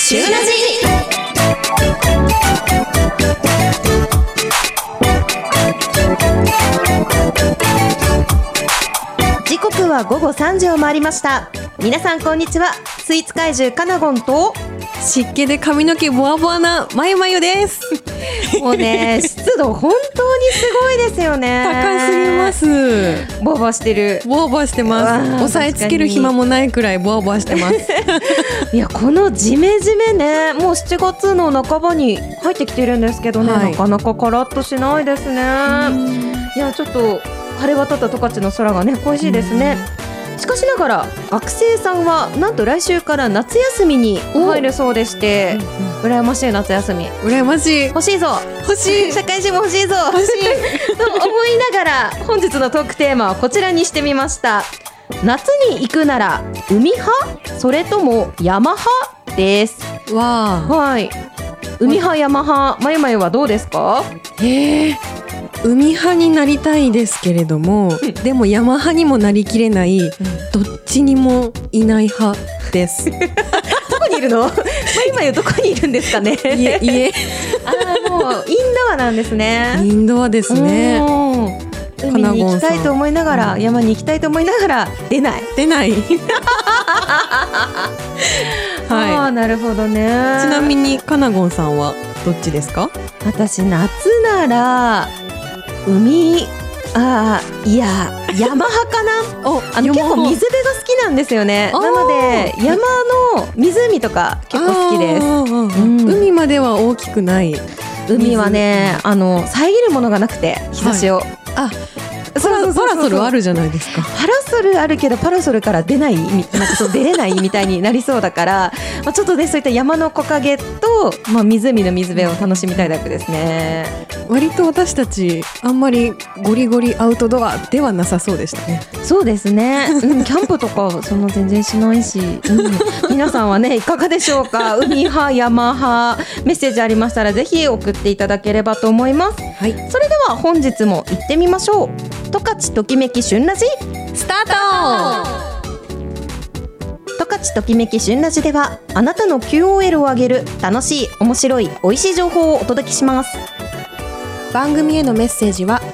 シュラジ。時刻は午後3時を回りました。皆さんこんにちは。スイーツ怪獣カナゴンと湿気で髪の毛ボワボワなまゆまゆです。 もうね、湿度本当にすごいですよね。 高すぎます。 ボワボワしてる。 ボワボワしてます。押さえつける暇もないくらいボワボワしてます。 いや、このジメジメね、もう7月の半ばに入ってきてるんですけどね、なかなかカラッとしないですね。いや、ちょっと晴れ渡った十勝の空がね、恋しいですね。しかしながら学生さんはなんと来週から夏休みに入るそうでして、羨ましい。夏休み羨ましい。 欲しいぞ。 欲しい。 社会人も欲しいぞ。 欲しいと思いながら本日のトークテーマはこちらにしてみました。夏に行くなら海派それとも山派です。 わー。 はい、海派山派、まゆまゆはどうですか？ 海派になりたいですけれども、でも山派にもなりきれない、どっちにもいない派です。 どこにいるの？まゆまゆどこにいるんですかね？ 家もうインドアなんですね。 インドアですね。 海に行きたいと思いながら、山に行きたいと思いながら出ないはい。なるほどね。 ちなみにカナゴンさんはどっちですか？ 私夏なら海、いや山派かな。結構水辺が好きなんですよね。なので山の湖とか結構好きです。 海までは大きくない。 海はね、遮るものがなくて日差しを、 パラソルあるじゃないですか。 パラソルあるけどパラソルから出ない、なんかそう出れないみたいになりそうだから、ちょっとね、そういった山の木陰と、湖の水辺を楽しみたいだけですね。 割と私たちあんまりゴリゴリアウトドアではなさそうでしたね。 そうですね、キャンプとかそんな全然しないし、皆さんはねいかがでしょうか？海派山派、メッセージありましたらぜひ送っていただければと思います。はい、それでは本日も行ってみましょう。十勝ときめき旬ラジスタート。十勝ときめき旬ラジではあなたの QOL を上げる楽しい、面白い、美味しい情報をお届けします。 番組へのメッセージは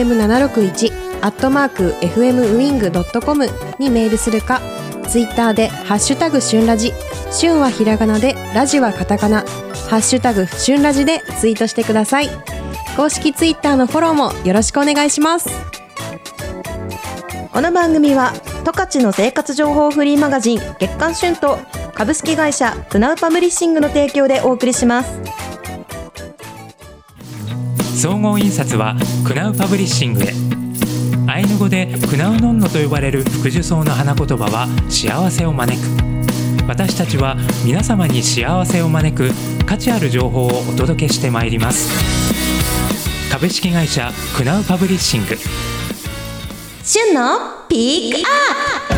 fm761@fmwing.com にメールするか、ツイッターでハッシュタグ旬ラジ、旬はひらがなでラジはカタカナ、ハッシュタグ旬ラジでツイートしてください。公式ツイッターのフォローもよろしくお願いします。 この番組は十勝の生活情報フリーマガジン月刊旬と株式会社クナウパブリッシングの提供でお送りします。 総合印刷はクナウパブリッシングへ。アイヌ語でクナウノンノと呼ばれる福寿草の花言葉は幸せを招く。私たちは皆様に幸せを招く価値ある情報をお届けしてまいります。株式会社クナウパブリッシング。 旬のピックア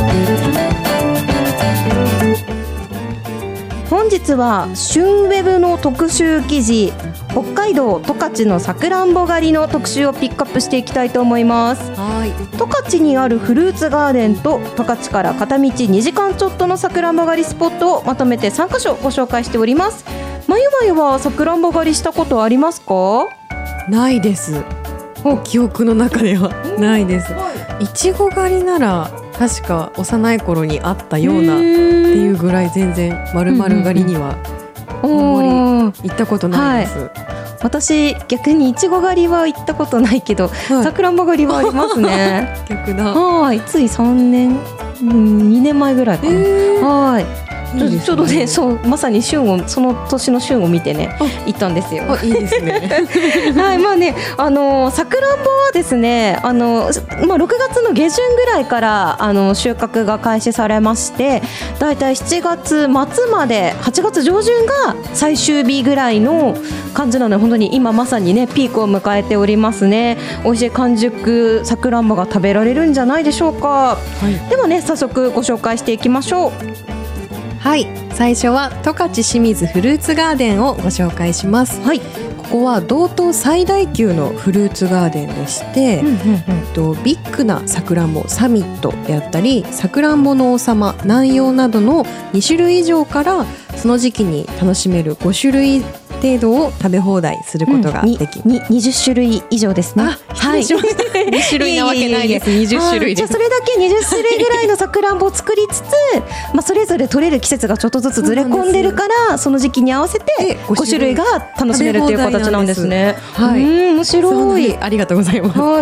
ップ。本日は旬ウェブの特集記事、北海道十勝のさくらんぼ狩りの特集をピックアップしていきたいと思います。十勝にあるフルーツガーデンと十勝から片道2時間ちょっとのさくらんぼ狩りスポットをまとめて3カ所ご紹介しております。まゆまゆはさくらんぼ狩りしたことありますか？ ないです。記憶の中ではないです。いちご狩りなら確か幼い頃にあったようなっていうぐらい、全然丸々狩りにはあんまり行ったことないです。 私逆にいちご狩りは行ったことないけど、さくらんぼ狩りはありますね。 逆だ。 つい3年、2年前ぐらいかな。ちょうどね、そうまさに旬を、その年の旬を見てね行ったんですよ。 いいですね。 はい、さくらんぼはですね、6月の下旬ぐらいから収穫が開始されまして、だいたい7月末まで8月上旬が最終日ぐらいの感じなので、本当に今まさにねピークを迎えておりますね。美味しい完熟さくらんぼが食べられるんじゃないでしょうか。ではね、早速ご紹介していきましょう。 はい、最初は十勝清水フルーツガーデンをご紹介します。ここは道東最大級のフルーツガーデンでして、ビッグなさくらんぼサミットであったり、さくらんぼの王様南洋などの2種類以上からその時期に楽しめる5種類程度を食べ放題することができ、 20種類以上ですね。 はい、2種類なわけないです。20種類です。 じゃあそれだけ20種類ぐらいのさくらんぼを作りつつそれぞれ取れる季節がちょっとずつずれ込んでるからその時期に合わせて5種類が楽しめるという形なんですね。はい、面白い。 ありがとうございます。はい、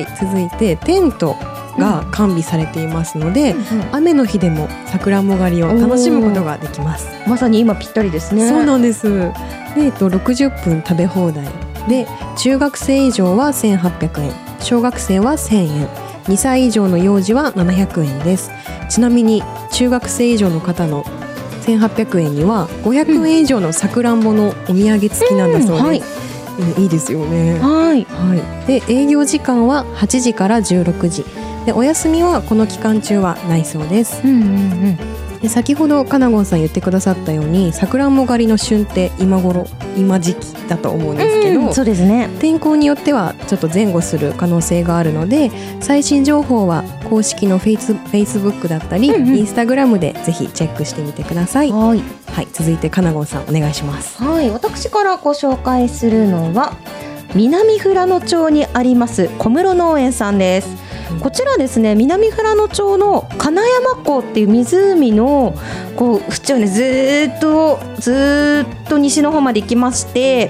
続いてテントが完備されていますので、雨の日でもさくらんぼ狩りを楽しむことができます。 まさに今ぴったりですね。 そうなんです。で、60分食べ放題で、中学生以上は1800円、小学生は1000円、2歳以上の幼児は700円です。ちなみに中学生以上の方の1800円には500円以上のさくらんぼのお土産付きなんだそうです。いいですよね。はい、で営業時間は8時から16時で、お休みはこの期間中はないそうです。で、先ほどかなごんさん言ってくださったようにさくらんぼ狩りの旬って今時期だと思うんですけど、 そうですね、 天候によってはちょっと前後する可能性があるので、最新情報は公式のフェイスブックだったり、インスタグラムでぜひチェックしてみてください。はい、続いてかなごんさんお願いします。 はい、私からご紹介するのは南富良野町にあります小室農園さんです。こちらですね、南富良野町の金山湖っていう湖の縁をねずっと西の方まで行きまして、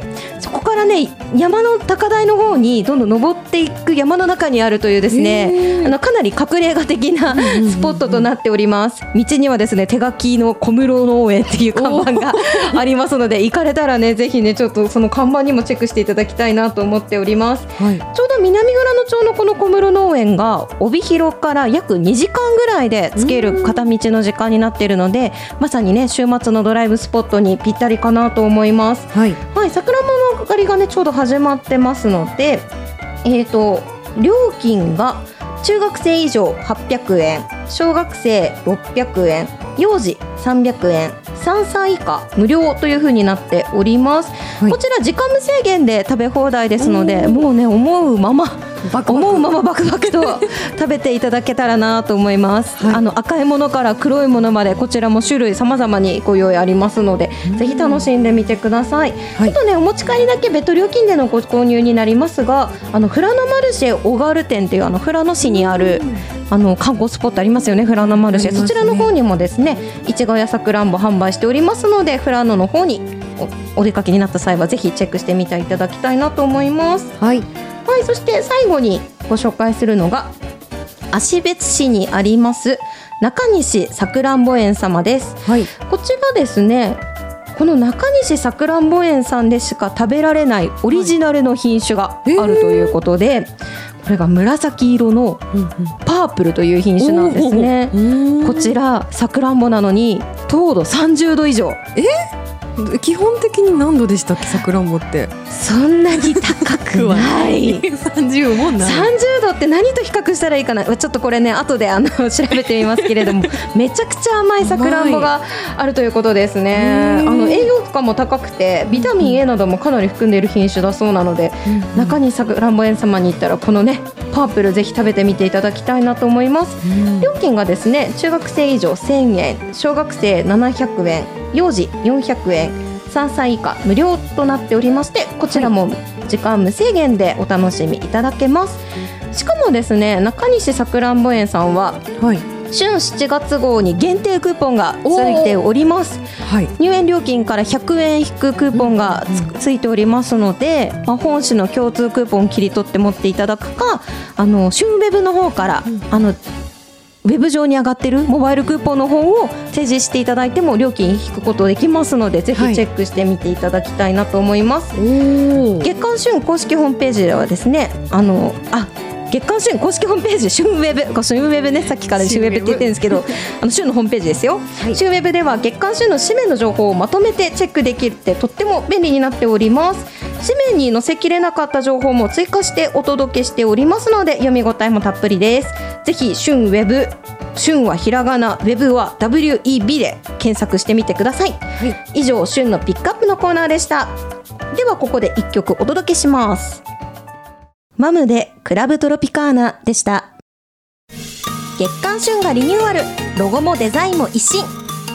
そこからね山の高台の方にどんどん登っていく山の中にあるというですね、かなり隠れ家的なスポットとなっております。道にはですね手書きの小室農園っていう看板がありますので、行かれたらねぜひねちょっとその看板にもチェックしていただきたいなと思っております。ちょうど南富良野町のこの小室農園が帯広から約2時間ぐらいで着ける片道の時間になっているので、まさにね週末のドライブスポットにぴったりかなと思います。さくらんぼの狩りがねちょうど始まってますので、料金が中学生以上800円、小学生600円、幼児300円、3歳以下無料という風になっております。こちら時間無制限で食べ放題ですので、もうね思うままバクバクと食べていただけたらなと思います。赤いものから黒いものまでこちらも種類様々にご用意ありますので、ぜひ楽しんでみてください。ちょっとねお持ち帰りだけ別料金でのご購入になりますが、富良野マルシェ小軽店っていう富良野市にある観光スポットありますよね、富良野マルシェ。そちらの方にもですねいちごやさくらんぼ販売しておりますので、富良野の方にお出かけになった際はぜひチェックしてみていただきたいなと思います。そして最後にご紹介するのが芦別市にあります中西さくらんぼ園様です。こちらですね、この中西さくらんぼ園さんでしか食べられないオリジナルの品種があるということで、これが紫色のパープルという品種なんですね。こちらさくらんぼなのに糖度30度以上。 基本的に何度でしたっけ、さくらんぼって。 そんなに高くない 30もない。 30度って何と比較したらいいかな。ちょっとこれね後で調べてみますけれどもめちゃくちゃ甘いさくらんぼがあるということですね。栄養価も高くてビタミン A などもかなり含んでいる品種だそうなので、中にさくらんぼ園様に行ったらこのねパープルぜひ食べてみていただきたいなと思います。料金がですね中学生以上1000円、小学生700円、幼児400円、3歳以下無料となっておりまして、こちらも時間無制限でお楽しみいただけます。しかもですね中西さくらんぼ園さんは、春7月号に限定クーポンがついております。入園料金から100円引くクーポンがついておりますので、本市の共通クーポンを切り取って持っていただくか、春ウェブの方からウェブ上に上がっているモバイルクーポンの方を提示していただいても料金引くことできますので、ぜひチェックしてみていただきたいなと思います。月刊旬公式ホームページではですね月刊旬公式ホームページ旬ウェブね、さっきから旬ウェブって言ってるんですけど旬のホームページですよ。旬ウェブでは月刊旬の紙面の情報をまとめてチェックできるってとっても便利になっております。紙面に載せきれなかった情報も追加してお届けしておりますので、読み応えもたっぷりです。ぜひ旬ウェブ、旬はひらがな、ウェブは WEB で検索してみてください。以上旬のピックアップのコーナーでした。ではここで1曲お届けします。マムでクラブトロピカーナでした。月刊旬がリニューアル、ロゴもデザインも一新。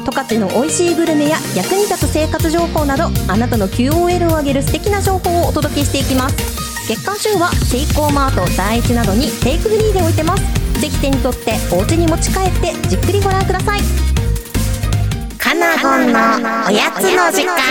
十勝の美味しいグルメや役に立つ生活情報など、あなたの QOL を上げる素敵な情報をお届けしていきます。月刊旬はセイコーマート、第一などにテイクフリーで置いてます。ぜひ手に取ってお家に持ち帰ってじっくりご覧ください。 カナゴンのおやつの時間。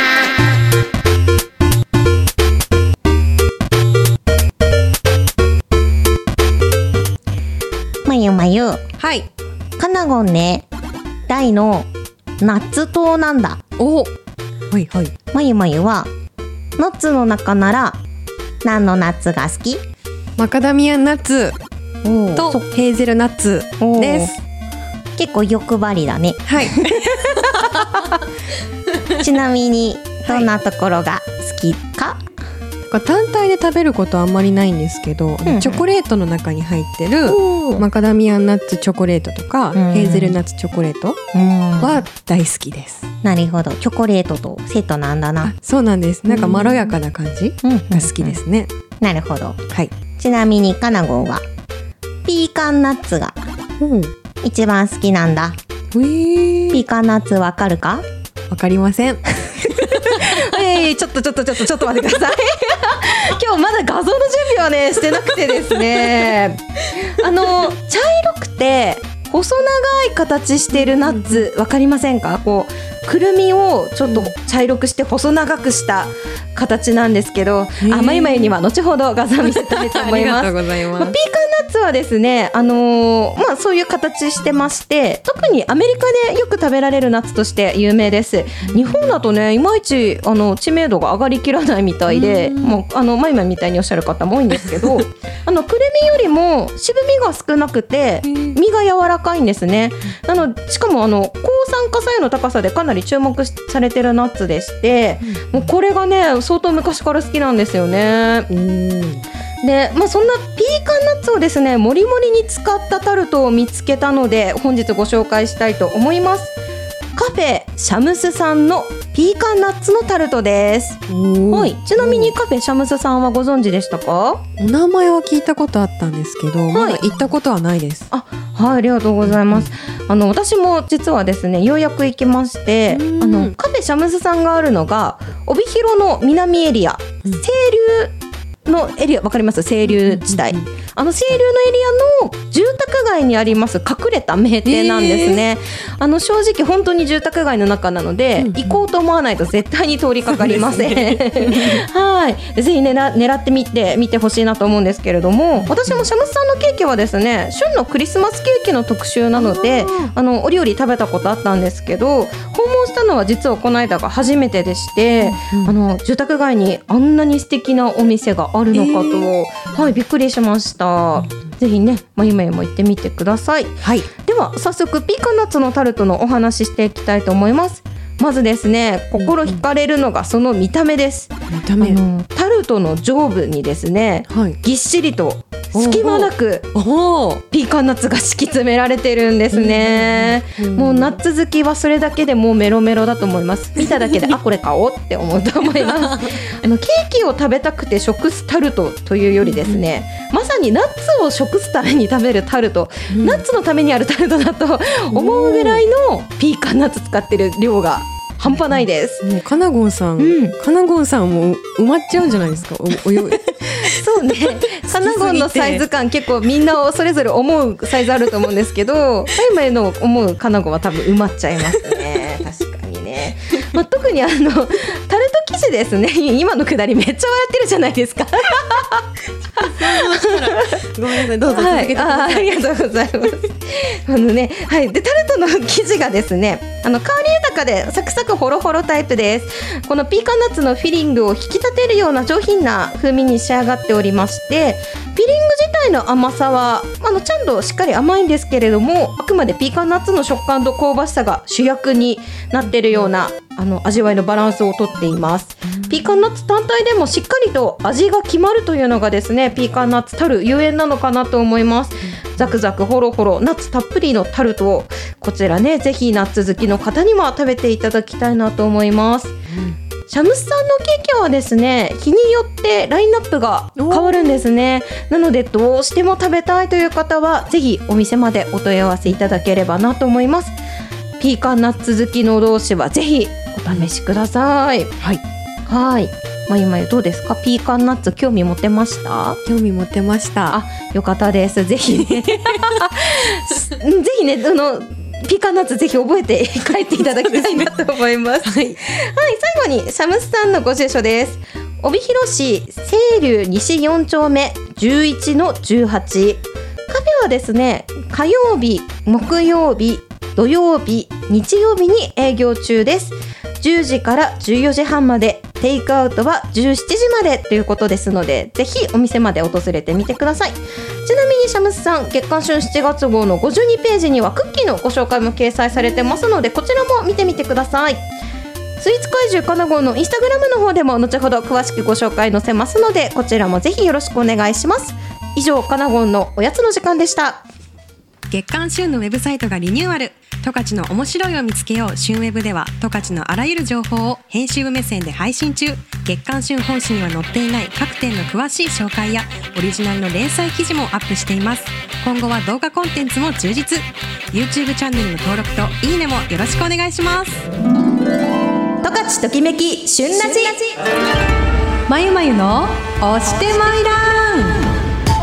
まゆまゆ、 はい。 カナゴンね、大のナッツ党なんだ。 お、はいはい。 まゆまゆはナッツの中なら何のナッツが好き？ マカダミアンナッツとヘーゼルナッツです。 結構欲張りだね。 はい。 ちなみにどんなところが好きか？ 単体で食べることはあんまりないんですけど、チョコレートの中に入ってるマカダミアンナッツチョコレートとか、ヘーゼルナッツチョコレートは大好きです。 なるほど、チョコレートとセットなんだな。 そうなんです。なんかまろやかな感じが好きですね。 なるほど。 はい。 ちなみにカナゴンはピーカンナッツが一番好きなんだ。ピーカンナッツわかるか？ わかりません。 ちょっと待ってください。今日まだ画像の準備はねしてなくてですね、茶色くて細長い形しているナッツわかりませんか？こうくるみをちょっと茶色くして細長くした形なんですけど、まゆまゆには後ほど画像見せたいと思います。 ありがとうございます。 ピーカンナッツはですね、そういう形してまして、特にアメリカでよく食べられるナッツとして有名です。日本だとね、いまいち知名度が上がりきらないみたいで、もうまゆまゆみたいにおっしゃる方も多いんですけど、くるみよりも渋みが少なくて身が柔らかいんですね。しかも抗酸化作用の高さでかなり注目されてるナッツでして、もうこれがね相当昔から好きなんですよね。で、そんなピーカンナッツをですね、もりもりに使ったタルトを見つけたので本日ご紹介したいと思います。カフェシャムスさんのピーカンナッツのタルトです。はい。ちなみにカフェシャムスさんはご存知でしたか？ お名前は聞いたことあったんですけど、まだ行ったことはないです。 はい、ありがとうございます。私も実はですね、ようやく行きまして、カフェシャムスさんがあるのが帯広の南エリア、清流のエリア、わかります？清流地帯、清流のエリアの住宅街にあります隠れた名店なんですね。正直本当に住宅街の中なので、行こうと思わないと絶対に通りかかりません。はい。ぜひね、狙ってみてほしいなと思うんですけれども、私もシャムスさんのケーキはですね、旬のクリスマスケーキの特集なので、折々食べたことあったんですけど、訪問したのは実はこの間が初めてでして、住宅街にあんなに素敵なお店があるのかと、はい、びっくりしました。ぜひね、まゆまゆも行ってみてください。 はい。 では早速ピーカンナッツのタルトのお話ししていきたいと思います。まずですね、心惹かれるのがその見た目です。タルトの上部にですね、ぎっしりと隙間なくピーカンナッツが敷き詰められてるんですね。もうナッツ好きはそれだけでもうメロメロだと思います。見ただけでこれ買おうって思うと思います。ケーキを食べたくて食すタルトというよりですね、まさにナッツを食すために食べるタルト、ナッツのためにあるタルトだと思うぐらいのピーカンナッツ使ってる量が半端ないです。 もうカナゴンさんも埋まっちゃうんじゃないですか。 そうね、カナゴンのサイズ感結構みんなそれぞれ思うサイズあると思うんですけど、まゆの思うカナゴンは多分埋まっちゃいますね。確かにね。特にタルト生地ですね。今のくだりめっちゃ笑ってるじゃないですか。 ごめんなさい、どうぞ続けてください。 ありがとうございます。はい。でタルトの生地がですね、香り豊かでサクサクホロホロタイプです。このピーカンナッツのフィリングを引き立てるような上品な風味に仕上がっておりまして、フィリング自体の甘さはちゃんとしっかり甘いんですけれども、あくまでピーカンナッツの食感と香ばしさが主役になっているような味わいのバランスをとっています。ピーカンナッツ単体でもしっかりと味が決まるというのがですね、ピーカンナッツたるゆえんなのかなと思います。ザクザクホロホロナッツたっぷりのタルトをこちらね、ぜひナッツ好きの方にも食べていただきたいなと思います。シャムスさんのケーキはですね、日によってラインナップが変わるんですね。なのでどうしても食べたいという方はぜひお店までお問い合わせいただければなと思います。ピピーカンナッツ好きの同士はぜひお試しください。 はい。 はい。まゆまゆどうですか？ピーカンナッツ興味持てました？ 興味持てました。 あ、よかったです。ぜひねぜひね、ピーカンナッツぜひ覚えて帰っていただきたいなと思います。はい、はい、最後にシャムスさんのご住所です。帯広市清流西4丁目11の18。カフェはですね、火曜日、木曜日、土曜日、日曜日に営業中です。10時から14時半まで、テイクアウトは17時までということですので、ぜひお店まで訪れてみてください。ちなみにシャムスさん、月刊旬7月号の52ページにはクッキーのご紹介も掲載されてますので、こちらも見てみてください。スイーツ怪獣かな号のインスタグラムの方でも後ほど詳しくご紹介載せますので、こちらもぜひよろしくお願いします。以上、かな号のおやつの時間でした。 月刊旬のウェブサイトがリニューアル。十勝の面白いを見つけよう旬ウェブでは、十勝のあらゆる情報を編集部目線で配信中。月刊旬本誌には載っていない各店の詳しい紹介やオリジナルの連載記事もアップしています。今後は動画コンテンツも充実。 YouTube チャンネルの登録といいねもよろしくお願いします。 十勝ときめき旬ラジ、 まゆまゆの押してまいらん。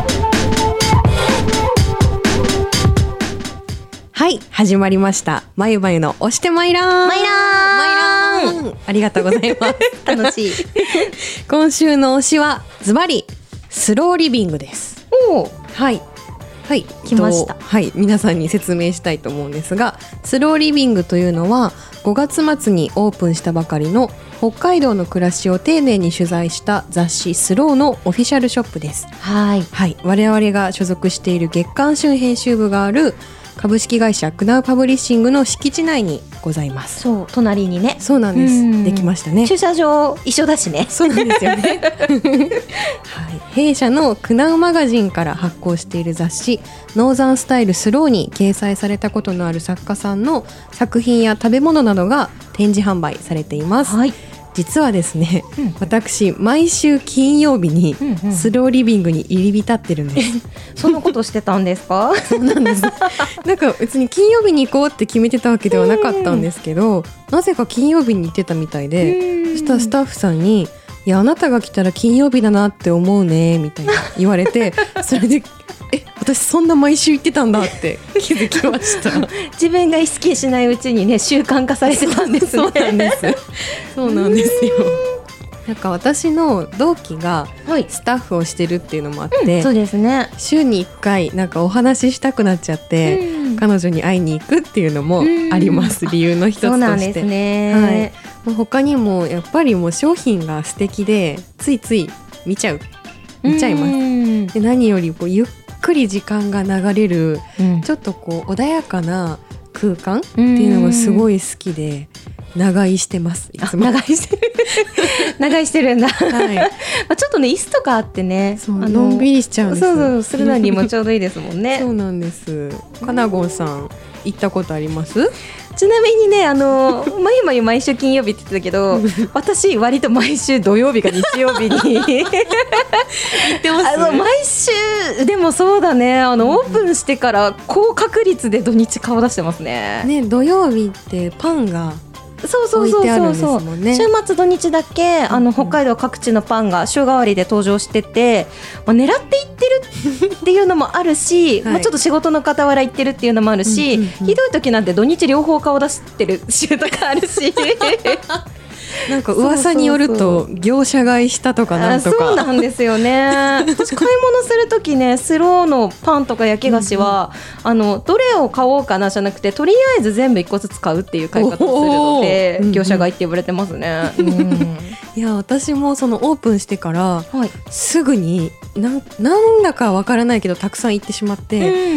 はい、始まりました。まゆまゆの押してまいらん。 まいらん。 ありがとうございます楽しい。 今週の推しはズバリスローリビングです。 おー、 はいはい、 来ました。 はい、皆さんに説明したいと思うんですが、スローリビングというのは5月末にオープンしたばかりの北海道の暮らしを丁寧に取材した雑誌スローのオフィシャルショップです。 はい、 はい、我々が所属している月刊旬編集部がある株式会社クナウパブリッシングの敷地内にございます。 そう、隣にね。 そうなんです。できましたね。 駐車場一緒だしね。 そうなんですよね、はい、弊社のクナウマガジンから発行している雑誌ノーザンスタイルスローに掲載されたことのある作家さんの作品や食べ物などが展示販売されています。 はい、 実はですね、私毎週金曜日にスローリビングに入り浸ってるんです、 そんなことしてたんですか？ そうなんですなんか別に金曜日に行こうって決めてたわけではなかったんですけど、なぜか金曜日に行ってたみたいで、そしたらスタッフさんにいやあなたが来たら金曜日だなって思うねみたいな言われてそれで私そんな毎週行ってたんだって気づきました自分が意識しないうちにね習慣化されてたんですね。 そうなんですそうなんですよ。なんか私の同期がスタッフをしてるっていうのもあって、 そうですね、 週に1回なんかお話ししたくなっちゃって、彼女に会いに行くっていうのもあります、理由の一つとして。 そうなんですね、 はい、他にもやっぱりもう商品が素敵でついつい見ちゃいますで、何よりこうゆっくり時間が流れる、ちょっとこう穏やかな空間っていうのがすごい好きで長居してます。いつも長居してる長居してるんだ、 はいまあちょっとね椅子とかあってね、 のんびりしちゃうんです。 そうするのにもちょうどいいですもんねそうなんです。かなごんさん行ったことあります？ ちなみにねまゆまゆ毎週金曜日って言ってたけど私割と毎週土曜日か日曜日に行ってますね。 毎週でもそうだね、オープンしてから高確率で土日顔出してますね。 ね、土曜日ってパンが置いてあるんですもんね。 週末土日だけ北海道各地のパンが週替わりで登場してて、狙っていってるっていうのもあるし、ちょっと仕事の傍ら行ってるっていうのもあるし、ひどい時なんて土日両方顔出してる週とかあるしなんか噂によると業者買いしたとかなんとか。 そうなんですよね私買い物するときね、スローのパンとか焼き菓子は、どれを買おうかなじゃなくてとりあえず全部1個ずつ買うっていう買い方をするので、業者買いって呼ばれてますね、 いや私もそのオープンしてから、すぐになんだかわからないけどたくさん行ってしまって、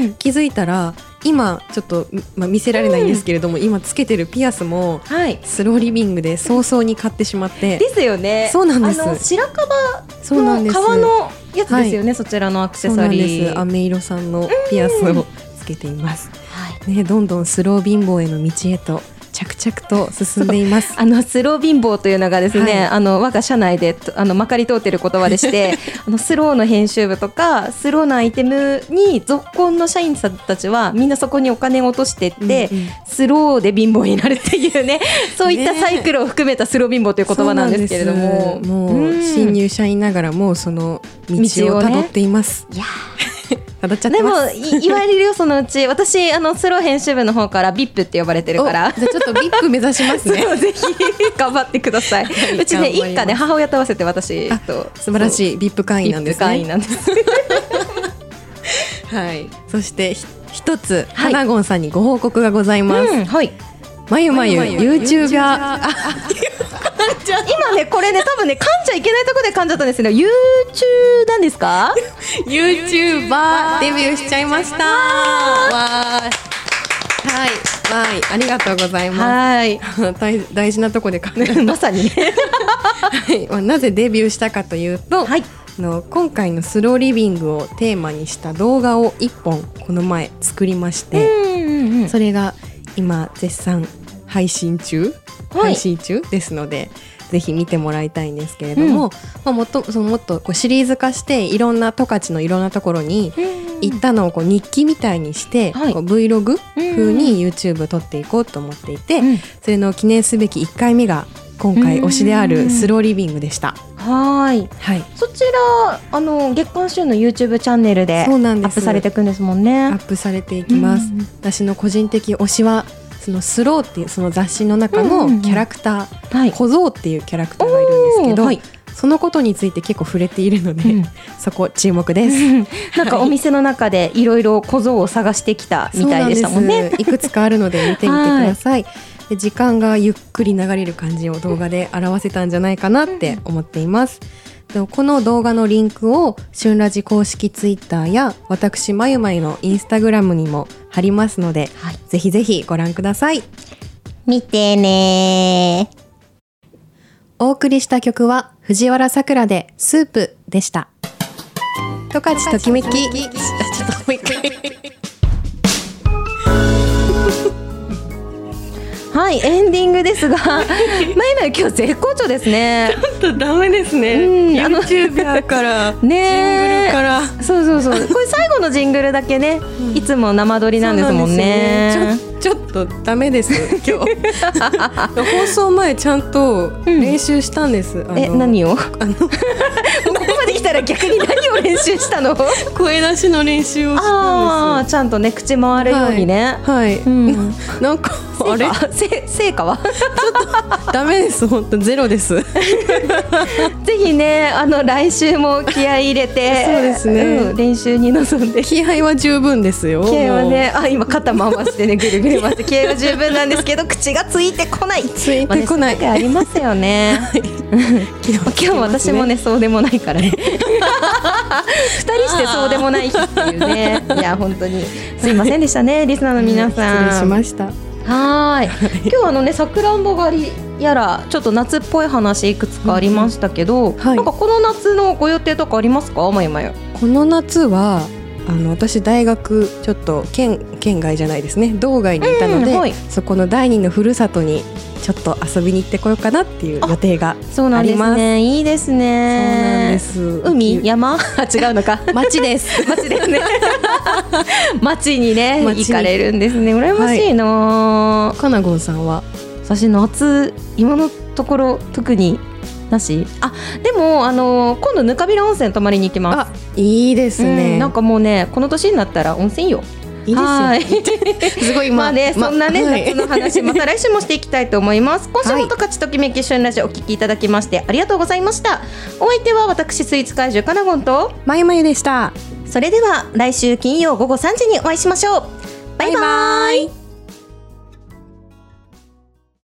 気づいたら今ちょっと、見せられないんですけれども、今つけてるピアスも、スローリビングで早々に買ってしまって。 ですよね。 そうなんです。 白樺の革のやつですよね、そちらのアクセサリー。そうなんです。飴色さんのピアスをつけています、ね、どんどんスロー貧乏への道へと着々と進んでいます。 スロー貧乏というのがですね、我が社内でまかり通っている言葉でしてスローの編集部とかスローなアイテムに続婚の社員さんたちはみんなそこにお金を落としていって、スローで貧乏になるっていうねそういったサイクルを含めたスロー貧乏という言葉なんですけれども、 もう新入社員ながらもその道をたどっています。いやたどっちゃってます。 でも言われるよそのうち。私スロー編集部の方から VIP って呼ばれてるから、 じゃあちょっと VIP 目指しますねぜひ頑張ってください。うちね一家で母親と合わせて私と素晴らしい VIP 会員なんですね。 VIP 会員なんですはい。そして一つ、花ゴンさんにご報告がございます。はい。まゆまゆ YouTuber 今ねこれね多分ね噛んじゃいけないところで噛んじゃったんですけど YouTube なんですか YouTuber デビューしちゃいました。わーはい、ありがとうございます。はい、大事なとこでまさにねはい、なぜデビューしたかというと、はい、今回のスローリビングをテーマにした動画を1本この前作りまして、それが今絶賛配信中ですので、ぜひ見てもらいたいんですけれども、もっとこうシリーズ化していろんな十勝のいろんなところに行ったのをこう日記みたいにして、こう Vlog 風に YouTube 撮っていこうと思っていて、それの記念すべき1回目が今回推しであるスローリビングでした。はい、 そちら月刊週の YouTube チャンネルでアップされていくんですもんね。 アップされていきます。私の個人的推しはそのスローっていうその雑誌の中のキャラクター、小僧っていうキャラクターがいるんですけど、そのことについて結構触れているので、そこ注目ですなんかお店の中でいろいろ小僧を探してきたみたいでしたもんね。 いくつかあるので見てみてください。で時間がゆっくり流れる感じを動画で表せたんじゃないかなって思っています。この動画のリンクを春ラジ公式ツイッターや私まゆまゆのインスタグラムにも貼りますので、ぜひぜひご覧ください。 見てね。 お送りした曲は藤原さくらでスープでした。十勝ときめき。ちょっともう一回はい、エンディングですがまゆまゆ今日絶好調ですね。 ちょっとダメですね、YouTuber からジングルからそうこれ最後のジングルだけね、いつも生撮りなんですもんね。 ちょっとダメです今日放送前ちゃんと練習したんです、 何をここまで来たら逆に何を練習したの声出しの練習をしたんです。 ちゃんとね口回るようにね。 はい、なんかあれ成果はちょっとダメです。本当ゼロですぜひね来週も気合い入れてそうですね、 練習に臨んで。 気合は十分ですよ。 気合はね今肩回してねぐるぐる回して気合は十分なんですけど口がついてこない。ありますよね今日私もねそうでもないからね2人してそうでもない日っていうねいや本当にすいませんでしたねリスナーの皆さん。 失礼しました。 はい今日さくらんぼ狩りやらちょっと夏っぽい話いくつかありましたけど、なんかこの夏のご予定とかありますかまゆまゆ。 この夏は私大学ちょっと県外じゃないですね道外にいたので、そこの第二のふるさとにちょっと遊びに行ってこようかなっていう予定があります。 そうなんですね。いいですね。 そうなんです。 海山違うのか町です町ですね町にね行かれるんですね。羨ましいな。 かなごんさんは。 私夏今のところ特になし。でも今度ぬかびら温泉泊まりに行きます。 いいですね、 なんかもうねこの年になったら温泉よ。 いいですよすごいまあねそんなね、夏の話また来週もしていきたいと思います今週も十勝ときめき旬ラジオお聞きいただきましてありがとうございました。お相手は私スイーツ怪獣かなごんとまゆまゆでした。 それでは来週金曜午後3時にお会いしましょう。バイバイ。